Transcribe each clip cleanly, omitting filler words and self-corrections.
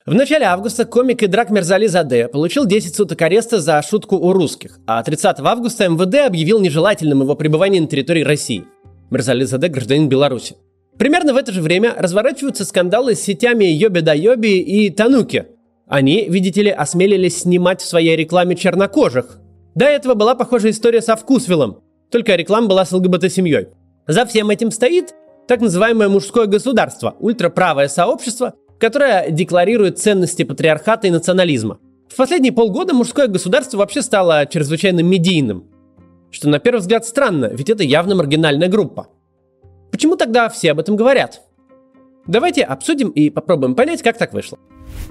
В начале августа комик и драк Мирзали Заде получил 10 суток ареста за шутку о русских, а 30 августа МВД объявил нежелательным его пребывание на территории России. Мирзали Заде – гражданин Беларуси. Примерно в это же время разворачиваются скандалы с сетями Йоби да Йоби и Тануки. Они, видите ли, осмелились снимать в своей рекламе чернокожих. До этого была похожая история со Вкусвиллом, только реклама была с ЛГБТ-семьей. За всем этим стоит так называемое мужское государство, ультраправое сообщество, которое декларирует ценности патриархата и национализма. В последние полгода мужское государство вообще стало чрезвычайно медийным. Что на первый взгляд странно, ведь это явно маргинальная группа. Почему тогда все об этом говорят? Давайте обсудим и попробуем понять, как так вышло.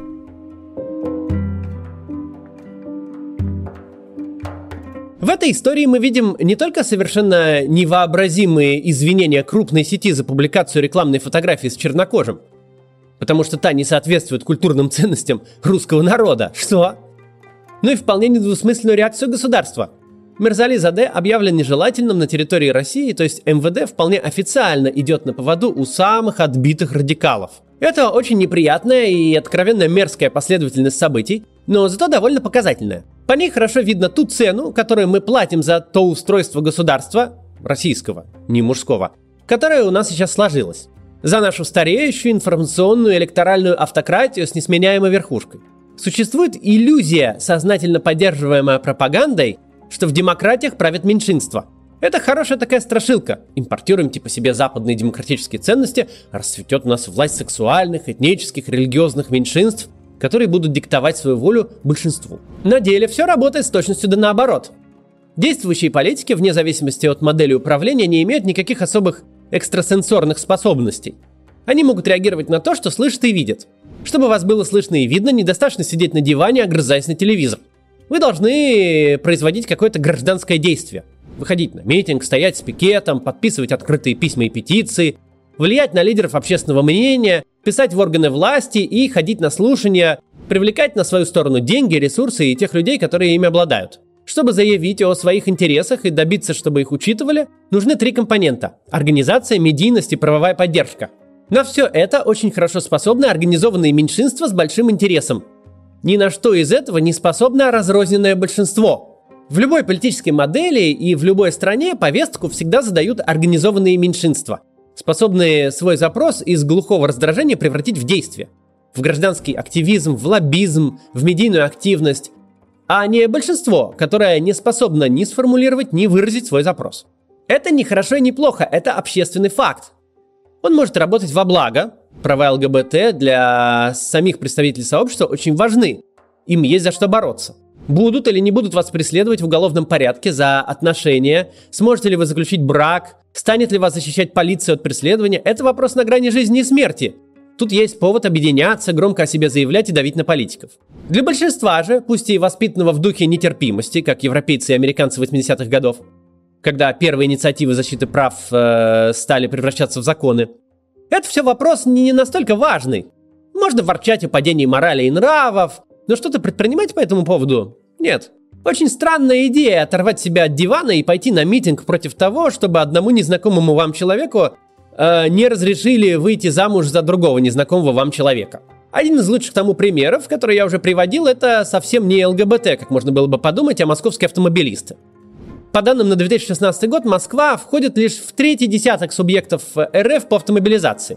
В этой истории мы видим не только совершенно невообразимые извинения крупной сети за публикацию рекламной фотографии с чернокожим, потому что та не соответствует культурным ценностям русского народа. Что? Ну и вполне недвусмысленную реакцию государства. Мирзали Заде объявлен нежелательным на территории России, то есть МВД вполне официально идет на поводу у самых отбитых радикалов. Это очень неприятная и откровенно мерзкая последовательность событий, но зато довольно показательная. По ней хорошо видно ту цену, которую мы платим за то устройство государства, российского, не мужского, которое у нас сейчас сложилось. За нашу стареющую информационную электоральную автократию с несменяемой верхушкой. Существует иллюзия, сознательно поддерживаемая пропагандой, что в демократиях правят меньшинства. Это хорошая такая страшилка. Импортируем типа себе западные демократические ценности, расцветет у нас власть сексуальных, этнических, религиозных меньшинств, которые будут диктовать свою волю большинству. На деле все работает с точностью да наоборот. Действующие политики, вне зависимости от модели управления, не имеют никаких особых экстрасенсорных способностей. Они могут реагировать на то, что слышат и видят. Чтобы вас было слышно и видно, недостаточно сидеть на диване, огрызаясь на телевизор. Вы должны производить какое-то гражданское действие. Выходить на митинг, стоять с пикетом, подписывать открытые письма и петиции, влиять на лидеров общественного мнения, писать в органы власти и ходить на слушания, привлекать на свою сторону деньги, ресурсы и тех людей, которые ими обладают. Чтобы заявить о своих интересах и добиться, чтобы их учитывали, нужны 3 компонента – организация, медийность и правовая поддержка. На все это очень хорошо способны организованные меньшинства с большим интересом. Ни на что из этого не способно разрозненное большинство. В любой политической модели и в любой стране повестку всегда задают организованные меньшинства, способные свой запрос из глухого раздражения превратить в действие. В гражданский активизм, в лоббизм, в медийную активность. А не большинство, которое не способно ни сформулировать, ни выразить свой запрос. Это не хорошо и не плохо, это общественный факт. Он может работать во благо. Права ЛГБТ для самих представителей сообщества очень важны. Им есть за что бороться. Будут или не будут вас преследовать в уголовном порядке за отношения, сможете ли вы заключить брак, станет ли вас защищать полиция от преследования, это вопрос на грани жизни и смерти. Тут есть повод объединяться, громко о себе заявлять и давить на политиков. Для большинства же, пусть и воспитанного в духе нетерпимости, как европейцы и американцы 80-х годов, когда первые инициативы защиты прав стали превращаться в законы, это все вопрос не настолько важный. Можно ворчать о падении морали и нравов, но что-то предпринимать по этому поводу? Нет. Очень странная идея оторвать себя от дивана и пойти на митинг против того, чтобы одному незнакомому вам человеку не разрешили выйти замуж за другого незнакомого вам человека. Один из лучших тому примеров, который я уже приводил, это совсем не ЛГБТ, как можно было бы подумать, а московские автомобилисты. По данным на 2016 год, Москва входит лишь в 3-й десяток субъектов РФ по автомобилизации.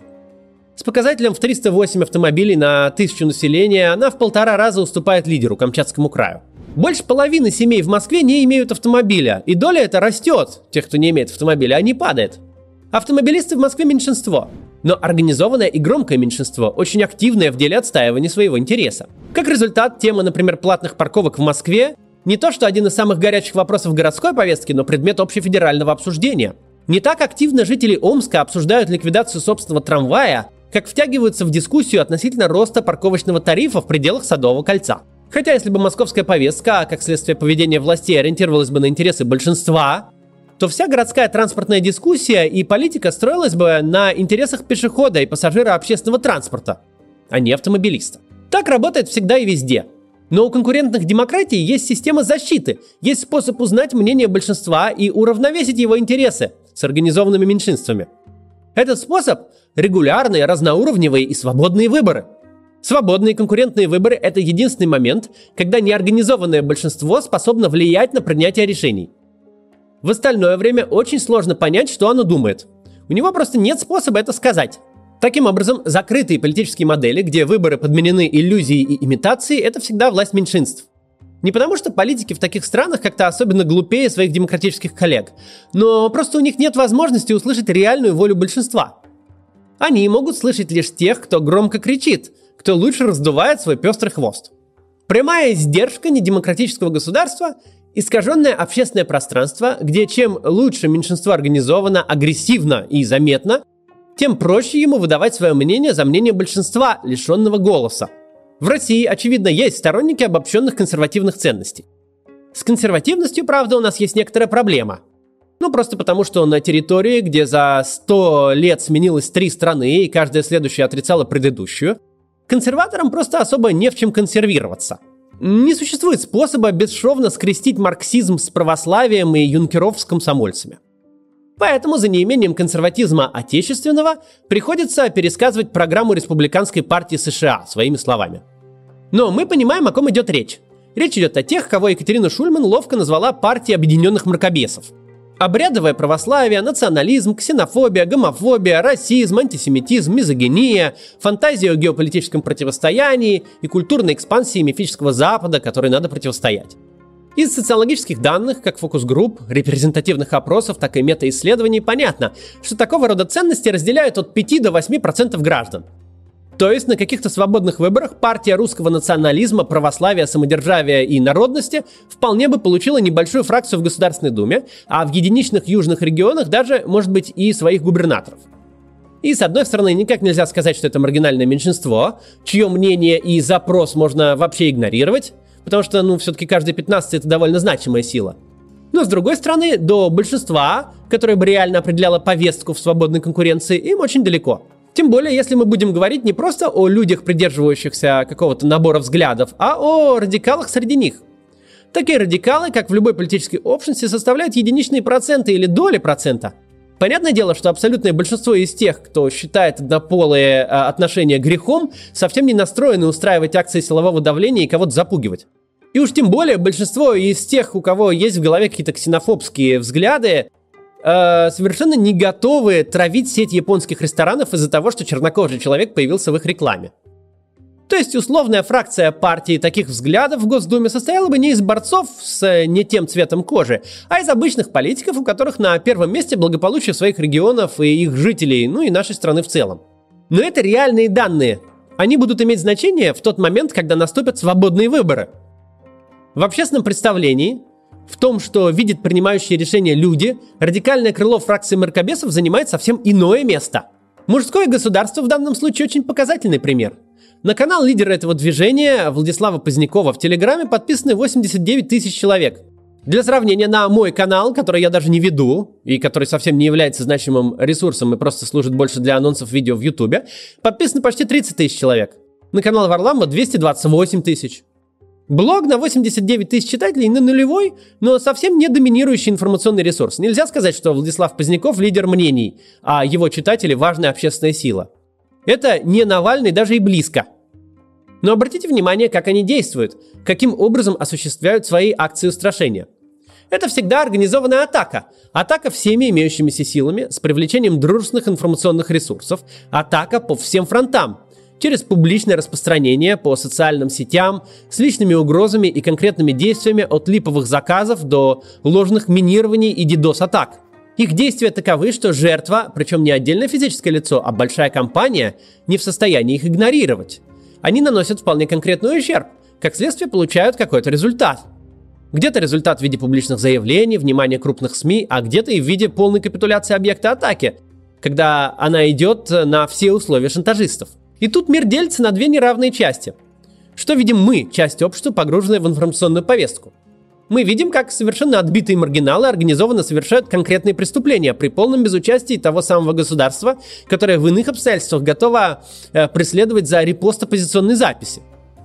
С показателем в 308 автомобилей на 1000 населения она в 1,5 раза уступает лидеру, Камчатскому краю. Больше половины семей в Москве не имеют автомобиля, и доля эта растет, тех, кто не имеет автомобиля, а не падает. Автомобилисты в Москве меньшинство, но организованное и громкое меньшинство, очень активное в деле отстаивания своего интереса. Как результат, тема, например, платных парковок в Москве не то что один из самых горячих вопросов городской повестки, но предмет общефедерального обсуждения. Не так активно жители Омска обсуждают ликвидацию собственного трамвая, как втягиваются в дискуссию относительно роста парковочного тарифа в пределах Садового кольца. Хотя если бы московская повестка, как следствие поведения властей, ориентировалась бы на интересы большинства, то вся городская транспортная дискуссия и политика строилась бы на интересах пешехода и пассажира общественного транспорта, а не автомобилиста. Так работает всегда и везде. Но у конкурентных демократий есть система защиты, есть способ узнать мнение большинства и уравновесить его интересы с организованными меньшинствами. Этот способ – регулярные, разноуровневые и свободные выборы. Свободные конкурентные выборы – это единственный момент, когда неорганизованное большинство способно влиять на принятие решений. В остальное время очень сложно понять, что оно думает. У него просто нет способа это сказать. Таким образом, закрытые политические модели, где выборы подменены иллюзией и имитацией, это всегда власть меньшинств. Не потому, что политики в таких странах как-то особенно глупее своих демократических коллег, но просто у них нет возможности услышать реальную волю большинства. Они могут слышать лишь тех, кто громко кричит, кто лучше раздувает свой пестрый хвост. Прямая издержка недемократического государства – искаженное общественное пространство, где чем лучше меньшинство организовано, агрессивно и заметно, тем проще ему выдавать свое мнение за мнение большинства, лишенного голоса. В России, очевидно, есть сторонники обобщенных консервативных ценностей. С консервативностью, правда, у нас есть некоторая проблема. Просто потому, что на территории, где за 100 лет сменилось 3 страны, и каждая следующая отрицала предыдущую, консерваторам просто особо не в чем консервироваться. Не существует способа бесшовно скрестить марксизм с православием и юнкеров с комсомольцами. Поэтому за неимением консерватизма отечественного приходится пересказывать программу Республиканской партии США своими словами. Но мы понимаем, о ком идет речь. Речь идет о тех, кого Екатерина Шульман ловко назвала партией объединенных мракобесов. Обрядовое православие, национализм, ксенофобия, гомофобия, расизм, антисемитизм, мизогиния, фантазия о геополитическом противостоянии и культурной экспансии мифического Запада, которой надо противостоять. Из социологических данных, как фокус-групп, репрезентативных опросов, так и мета-исследований, понятно, что такого рода ценности разделяют от 5 до 8% граждан. То есть на каких-то свободных выборах партия русского национализма, православия, самодержавия и народности вполне бы получила небольшую фракцию в Государственной Думе, а в единичных южных регионах даже, может быть, и своих губернаторов. И с одной стороны, никак нельзя сказать, что это маргинальное меньшинство, чье мнение и запрос можно вообще игнорировать, потому что, все-таки каждый 15 это довольно значимая сила. Но с другой стороны, до большинства, которое бы реально определяло повестку в свободной конкуренции, им очень далеко. Тем более, если мы будем говорить не просто о людях, придерживающихся какого-то набора взглядов, а о радикалах среди них. Такие радикалы, как в любой политической общности, составляют единичные проценты или доли процента. Понятное дело, что абсолютное большинство из тех, кто считает однополые отношения грехом, совсем не настроены устраивать акции силового давления и кого-то запугивать. И уж тем более большинство из тех, у кого есть в голове какие-то ксенофобские взгляды, совершенно не готовы травить сеть японских ресторанов из-за того, что чернокожий человек появился в их рекламе. То есть условная фракция партии таких взглядов в Госдуме состояла бы не из борцов с не тем цветом кожи, а из обычных политиков, у которых на первом месте благополучие своих регионов и их жителей, и нашей страны в целом. Но это реальные данные. Они будут иметь значение в тот момент, когда наступят свободные выборы. В общественном представлении, в том, что видят принимающие решения люди, радикальное крыло фракции мракобесов занимает совсем иное место. Мужское государство в данном случае очень показательный пример. На канал лидера этого движения, Владислава Позднякова, в Телеграме подписаны 89 тысяч человек. Для сравнения, на мой канал, который я даже не веду, и который совсем не является значимым ресурсом и просто служит больше для анонсов видео в Ютубе, подписаны почти 30 тысяч человек. На канал Варламова 228 тысяч. Блог на 89 тысяч читателей на нулевой, но совсем не доминирующий информационный ресурс. Нельзя сказать, что Владислав Поздняков лидер мнений, а его читатели важная общественная сила. Это не Навальный даже и близко. Но обратите внимание, как они действуют, каким образом осуществляют свои акции устрашения. Это всегда организованная атака. Атака всеми имеющимися силами, с привлечением дружественных информационных ресурсов. Атака по всем фронтам. Через публичное распространение по социальным сетям, с личными угрозами и конкретными действиями от липовых заказов до ложных минирований и DDoS-атак. Их действия таковы, что жертва, причем не отдельное физическое лицо, а большая компания, не в состоянии их игнорировать. Они наносят вполне конкретный ущерб, как следствие получают какой-то результат. Где-то результат в виде публичных заявлений, внимания крупных СМИ, а где-то и в виде полной капитуляции объекта атаки, когда она идет на все условия шантажистов. И тут мир делится на две неравные части. Что видим мы, часть общества, погруженная в информационную повестку? Мы видим, как совершенно отбитые маргиналы организованно совершают конкретные преступления при полном безучастии того самого государства, которое в иных обстоятельствах готово преследовать за репост оппозиционной записи.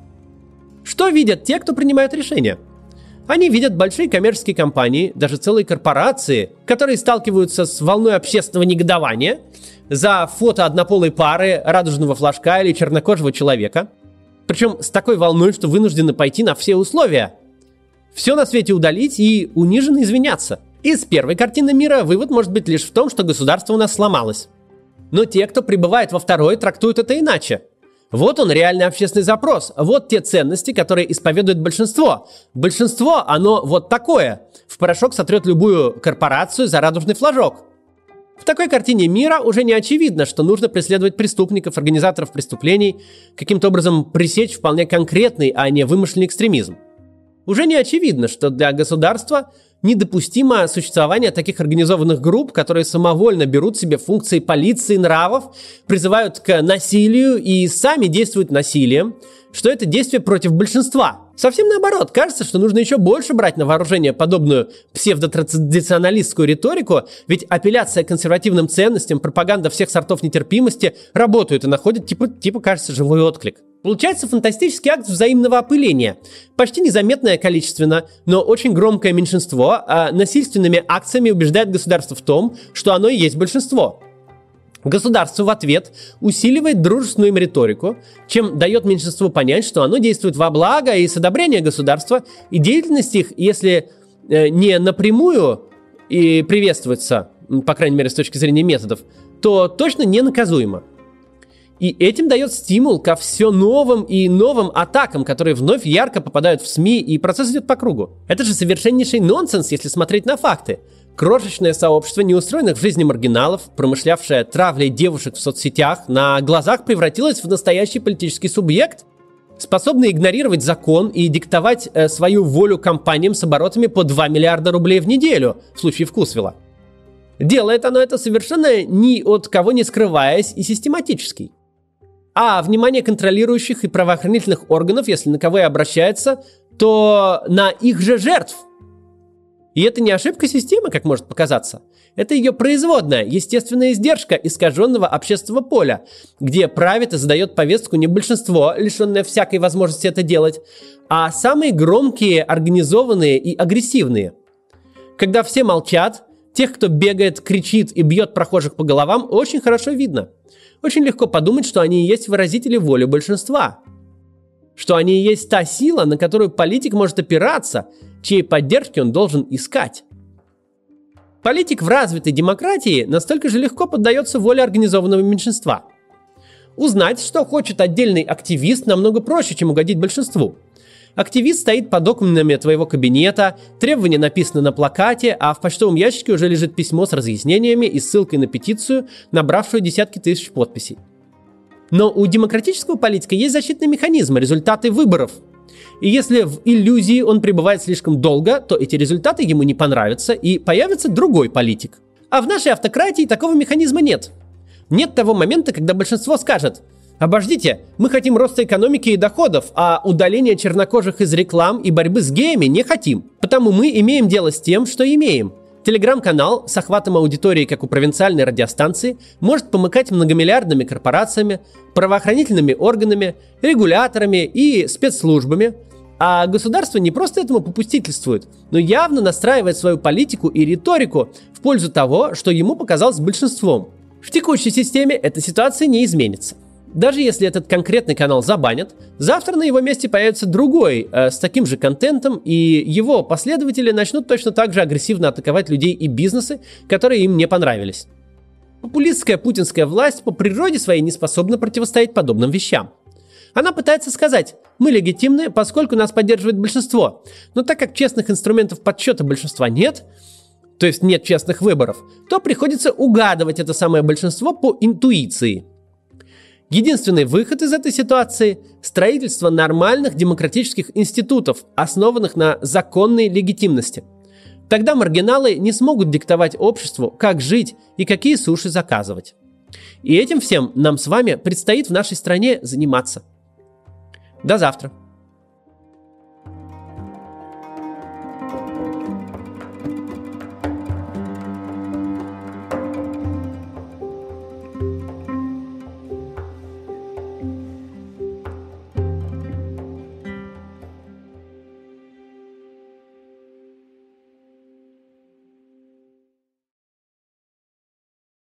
Что видят те, кто принимают решения? Они видят большие коммерческие компании, даже целые корпорации, которые сталкиваются с волной общественного негодования за фото однополой пары, радужного флажка или чернокожего человека. Причем с такой волной, что вынуждены пойти на все условия. Все на свете удалить и униженно извиняться. Из первой картины мира вывод может быть лишь в том, что государство у нас сломалось. Но те, кто пребывает во второй, трактуют это иначе. Вот он, реальный общественный запрос. Вот те ценности, которые исповедует большинство. Большинство, оно вот такое. В порошок сотрет любую корпорацию за радужный флажок. В такой картине мира уже не очевидно, что нужно преследовать преступников, организаторов преступлений, каким-то образом пресечь вполне конкретный, а не вымышленный экстремизм. Уже не очевидно, что для государства недопустимо существование таких организованных групп, которые самовольно берут себе функции полиции, нравов, призывают к насилию и сами действуют насилием, что это действие против большинства. Совсем наоборот, кажется, что нужно еще больше брать на вооружение подобную псевдотрадиционалистскую риторику, ведь апелляция к консервативным ценностям, пропаганда всех сортов нетерпимости работают и находят, кажется, живой отклик. Получается фантастический акт взаимного опыления. Почти незаметное количественно, но очень громкое меньшинство насильственными акциями убеждает государство в том, что оно и есть большинство. Государство в ответ усиливает дружественную им риторику, чем дает меньшинству понять, что оно действует во благо и с одобрения государства, и деятельность их, если не напрямую и приветствуется, по крайней мере с точки зрения методов, то точно не наказуема. И этим дает стимул ко все новым и новым атакам, которые вновь ярко попадают в СМИ, и процесс идет по кругу. Это же совершеннейший нонсенс, если смотреть на факты. Крошечное сообщество неустроенных в жизни маргиналов, промышлявшее травлей девушек в соцсетях, на глазах превратилось в настоящий политический субъект, способный игнорировать закон и диктовать свою волю компаниям с оборотами по 2 миллиарда рублей в неделю, в случае Вкусвилла. Делает оно это совершенно ни от кого не скрываясь и систематически. А внимание контролирующих и правоохранительных органов, если на кого и обращается, то на их же жертв. И это не ошибка системы, как может показаться. Это ее производная, естественная издержка искаженного общественного поля, где правит и задает повестку не большинство, лишенное всякой возможности это делать, а самые громкие, организованные и агрессивные. Когда все молчат, тех, кто бегает, кричит и бьет прохожих по головам, очень хорошо видно. Очень легко подумать, что они и есть выразители воли большинства. Что они и есть та сила, на которую политик может опираться, чьей поддержки он должен искать. Политик в развитой демократии настолько же легко поддается воле организованного меньшинства. Узнать, что хочет отдельный активист, намного проще, чем угодить большинству. Активист стоит под окнами твоего кабинета, требования написаны на плакате, а в почтовом ящике уже лежит письмо с разъяснениями и ссылкой на петицию, набравшую десятки тысяч подписей. Но у демократического политика есть защитные механизмы, результаты выборов. И если в иллюзии он пребывает слишком долго, то эти результаты ему не понравятся, и появится другой политик. А в нашей автократии такого механизма нет. Нет того момента, когда большинство скажет: обождите, мы хотим роста экономики и доходов, а удаления чернокожих из реклам и борьбы с геями не хотим. Потому мы имеем дело с тем, что имеем. Телеграм-канал с охватом аудитории, как у провинциальной радиостанции, может помыкать многомиллиардными корпорациями, правоохранительными органами, регуляторами и спецслужбами, а государство не просто этому попустительствует, но явно настраивает свою политику и риторику в пользу того, что ему показалось большинством. В текущей системе эта ситуация не изменится. Даже если этот конкретный канал забанят, завтра на его месте появится другой с таким же контентом, и его последователи начнут точно так же агрессивно атаковать людей и бизнесы, которые им не понравились. Популистская путинская власть по природе своей не способна противостоять подобным вещам. Она пытается сказать: мы легитимны, поскольку нас поддерживает большинство, но так как честных инструментов подсчета большинства нет, то есть нет честных выборов, то приходится угадывать это самое большинство по интуиции. Единственный выход из этой ситуации – строительство нормальных демократических институтов, основанных на законной легитимности. Тогда маргиналы не смогут диктовать обществу, как жить и какие суши заказывать. И этим всем нам с вами предстоит в нашей стране заниматься. До завтра.